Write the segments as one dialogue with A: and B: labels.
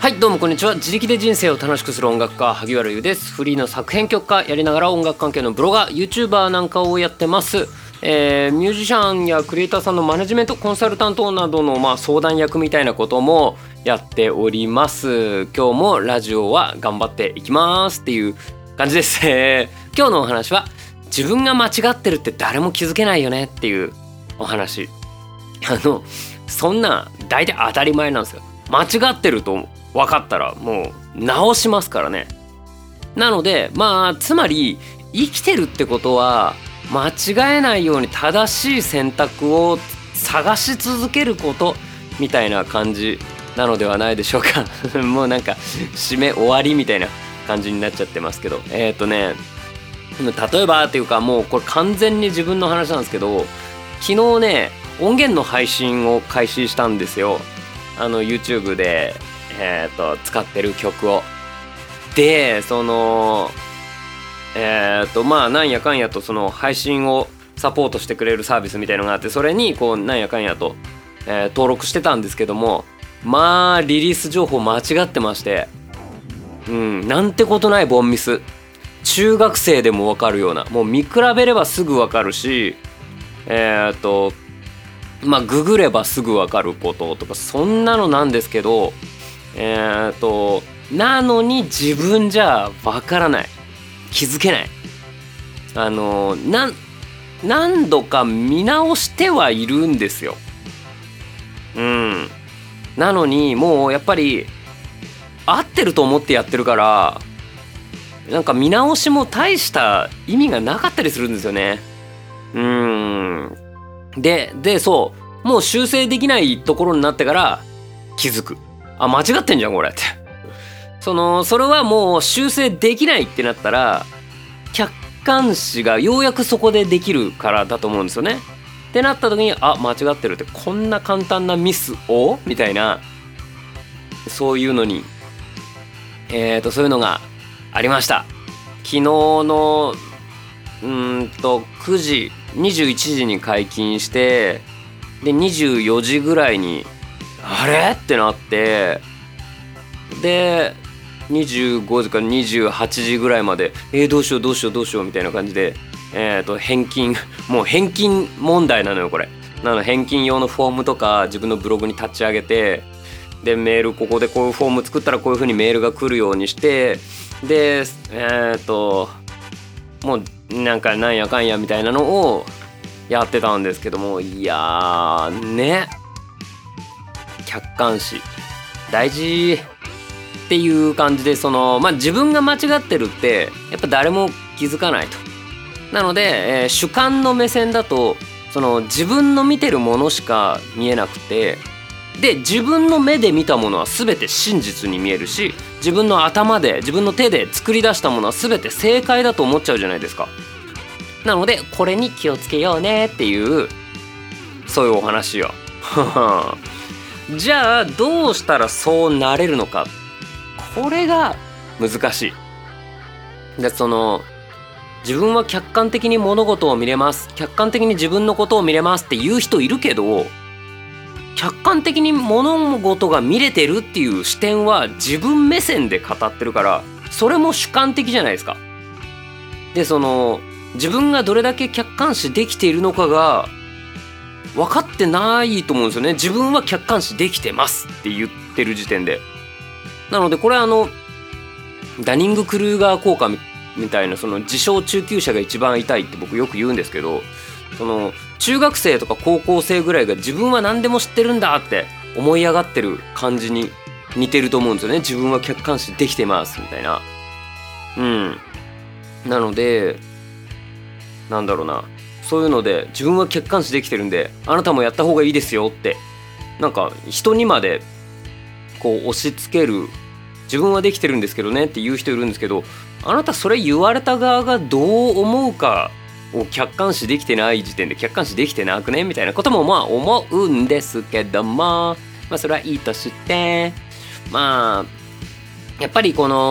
A: はい、どうもこんにちは。自力で人生を楽しくする音楽家萩原優です。フリーの作編曲家やりながら音楽関係のブロガー YouTuber なんかをやってます。ミュージシャンやクリエイターさんのマネジメントコンサルタントなどの相談役みたいなこともやっております。今日もラジオは頑張っていきますっていう感じです。今日のお話は自分が間違ってるって誰も気づけないよねっていうお話。そんな大体当たり前なんですよ。間違ってると分かったらもう直しますからね。なのでつまり生きてるってことは間違えないように正しい選択を探し続けることみたいな感じなのではないでしょうか。もうなんか締め終わりみたいな感じになっちゃってますけど、例えばっていうかもうこれ完全に自分の話なんですけど、昨日ね音源の配信を開始したんですよ。YouTube で使ってる曲を。でなんやかんやとその配信をサポートしてくれるサービスみたいのがあって、それになんやかんやと、登録してたんですけども、リリース情報間違ってまして、なんてことないボンミス。中学生でも分かるような、もう見比べればすぐ分かるし、ググればすぐ分かることとかそんなのなんですけど、なのに自分じゃ分からない、気づけない。何度か見直してはいるんですよ。なのにもうやっぱり合ってると思ってやってるから、なんか見直しも大した意味がなかったりするんですよね。でそうもう修正できないところになってから気づく。間違ってんじゃんこれって。それはもう修正できないってなったら客観視がようやくそこでできるからだと思うんですよね。ってなった時に間違ってるって、こんな簡単なミスをみたいな、そういうのにそういうのがありました。昨日の9時21時に解禁して、で24時ぐらいにあれってなって、で25時から28時ぐらいまでどうしようみたいな感じで返金もう返金問題なのよこれ。返金用のフォームとか自分のブログに立ち上げて、でメールここでこういうフォーム作ったらこういう風にメールが来るようにして、でもうなんやかんやみたいなのをやってたんですけども、いやーね、客観視大事っていう感じで、自分が間違ってるってやっぱ誰も気づかないと。なので、主観の目線だと自分の見てるものしか見えなくて、で自分の目で見たものは全て真実に見えるし、自分の頭で自分の手で作り出したものは全て正解だと思っちゃうじゃないですか。なのでこれに気をつけようねっていうそういうお話よ。じゃあどうしたらそうなれるのか、これが難しい。で自分は客観的に物事を見れます、客観的に自分のことを見れますって言う人いるけど、客観的に物事が見れてるっていう視点は自分目線で語ってるから、それも主観的じゃないですか。で自分がどれだけ客観視できているのかが分かってないと思うんですよね。自分は客観視できてますって言ってる時点で。なのでこれダニング・クルーガー効果みたいな、自称中級者が一番痛いって僕よく言うんですけど、中学生とか高校生ぐらいが自分は何でも知ってるんだって思い上がってる感じに似てると思うんですよね。自分は客観視できてますみたいな。なのでそういうので自分は客観視できてるんであなたもやった方がいいですよって人にまで押し付ける、自分はできてるんですけどねって言う人いるんですけど、あなたそれ言われた側がどう思うかを客観視できてない時点で客観視できてなくねみたいなことも思うんですけども、それはいいとして、やっぱり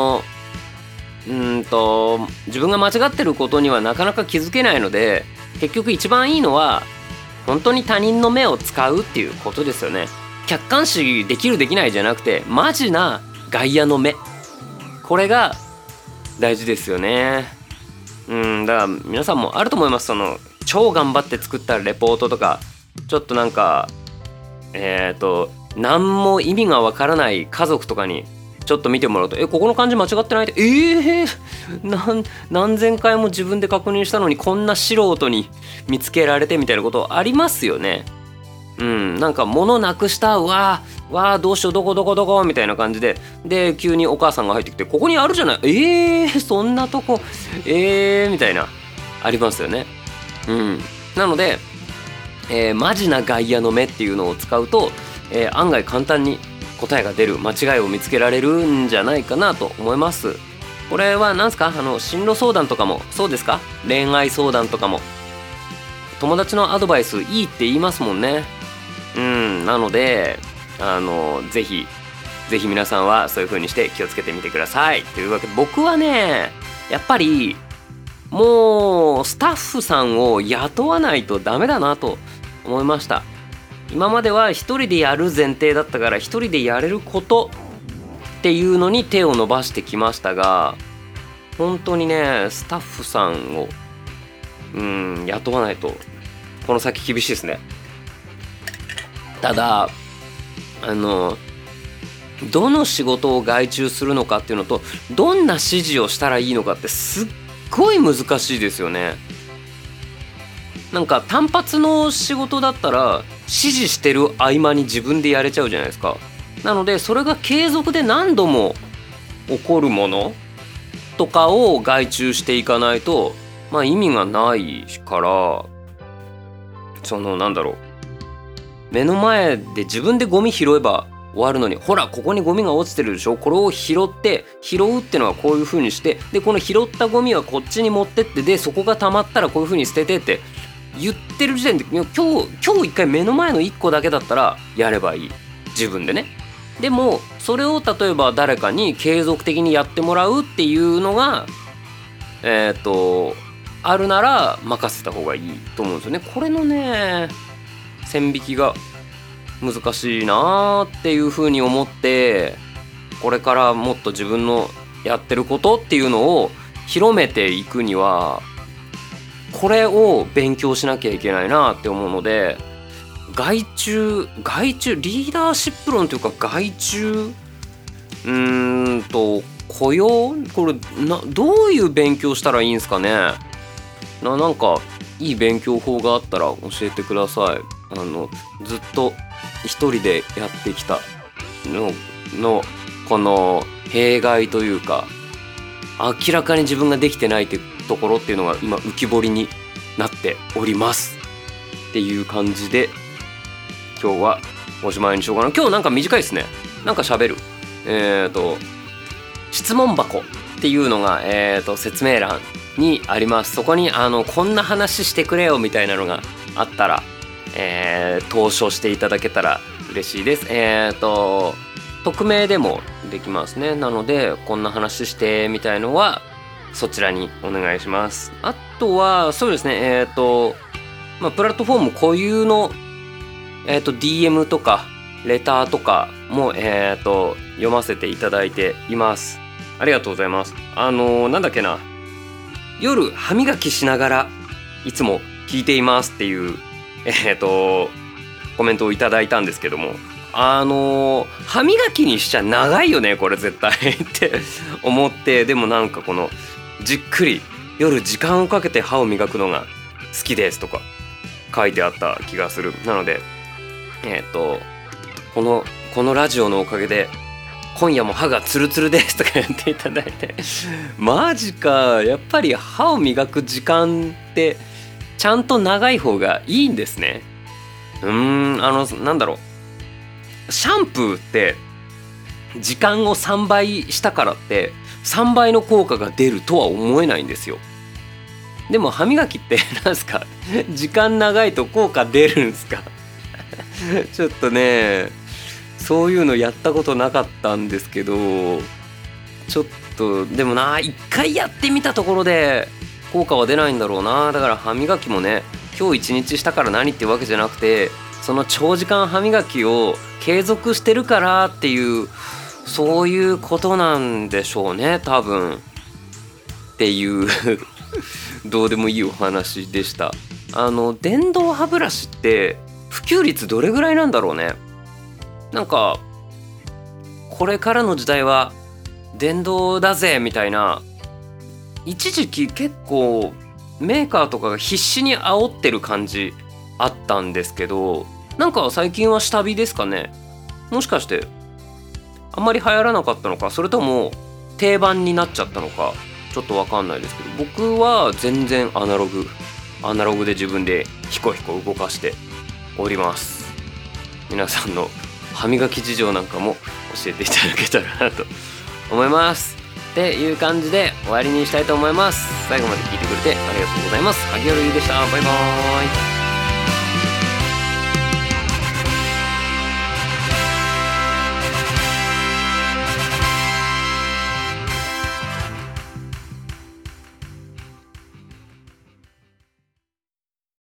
A: 自分が間違ってることにはなかなか気づけないので、結局一番いいのは本当に他人の目を使うっていうことですよね。客観視できるできないじゃなくてマジな外野の目、これが大事ですよね。だから皆さんもあると思います。その超頑張って作ったレポートとか、ちょっとなんか何も意味がわからない家族とかにちょっと見てもらうと、ここの漢字間違ってないって、何千回も自分で確認したのにこんな素人に見つけられてみたいなことありますよね。なんか物なくした、わーどうしよう、どこみたいな感じで、急にお母さんが入ってきて、ここにあるじゃない、そんなとこみたいなありますよね。なので、マジな外野の目っていうのを使うと、案外簡単に答えが出る、間違いを見つけられるんじゃないかなと思います。これは何すか、進路相談とかもそうですか、恋愛相談とかも友達のアドバイスいいって言いますもんね。なのでぜひ皆さんはそういう風にして気をつけてみてください。というわけで、僕はね、やっぱりもうスタッフさんを雇わないとダメだなと思いました。今までは一人でやる前提だったから、一人でやれることっていうのに手を伸ばしてきましたが、本当にね、スタッフさんを雇わないとこの先厳しいですね。ただどの仕事を外注するのかっていうのと、どんな指示をしたらいいのかってすっごい難しいですよね。なんか単発の仕事だったら指示してる合間に自分でやれちゃうじゃないですか。なのでそれが継続で何度も起こるものとかを外注していかないと意味がないから、目の前で自分でゴミ拾えば終わるのに、ほらここにゴミが落ちてるでしょ、これを拾うってのはこういう風にして、この拾ったゴミはこっちに持ってって、そこが溜まったらこういう風に捨ててって言ってる時点で、今日一回目の前の1個だけだったらやればいい、自分でね。でもそれを例えば誰かに継続的にやってもらうっていうのがあるなら任せた方がいいと思うんですよね。これのね、線引きが難しいなっていうふうに思って、これからもっと自分のやってることっていうのを広めていくには、これを勉強しなきゃいけないなって思うので、外注リーダーシップ論というか、外注雇用、これどういう勉強したらいいんですかね。なんかいい勉強法があったら教えてください。ずっと一人でやってきたのこの弊害というか、明らかに自分ができてないってところっていうのが今浮き彫りになっておりますっていう感じで、今日はおしまいにしようかな。今日なんか短いですね。なんか喋る質問箱っていうのが説明欄にあります。そこにこんな話してくれよみたいなのがあったら投書していただけたら嬉しいです。匿名でもできますね。なのでこんな話してみたいのはそちらにお願いします。あとはそうですね、プラットフォーム固有のDM とかレターとかも読ませていただいています。ありがとうございます。なんだっけな、夜歯磨きしながらいつも聞いていますっていうコメントをいただいたんですけども、歯磨きにしちゃ長いよねこれ絶対って思って、でもなんかこのじっくり夜時間をかけて歯を磨くのが好きですとか書いてあった気がする。なのでこのラジオのおかげで今夜も歯がツルツルですとか言っていただいてマジか、やっぱり歯を磨く時間ってちゃんと長い方がいいんですね。なんだろう、シャンプーって時間を3倍したからって3倍の効果が出るとは思えないんですよ。でも歯磨きってなんすか、時間長いと効果出るんすかちょっとね、そういうのやったことなかったんですけど、ちょっとでもな、一回やってみたところで効果は出ないんだろうな。だから歯磨きもね、今日一日したから何ってわけじゃなくて、その長時間歯磨きを継続してるからっていうそういうことなんでしょうね多分っていうどうでもいいお話でした。電動歯ブラシって普及率どれぐらいなんだろうね。なんかこれからの時代は電動だぜみたいな、一時期結構メーカーとかが必死に煽ってる感じあったんですけど、なんか最近は下火ですかね。もしかしてあんまり流行らなかったのか、それとも定番になっちゃったのかちょっとわかんないですけど、僕は全然アナログで自分でヒコヒコ動かしております。皆さんの歯磨き事情なんかも教えていただけたらなと思いますっていう感じで終わりにしたいと思います。最後まで聞いてくれてありがとうございます。萩原優でした。バイバーイ。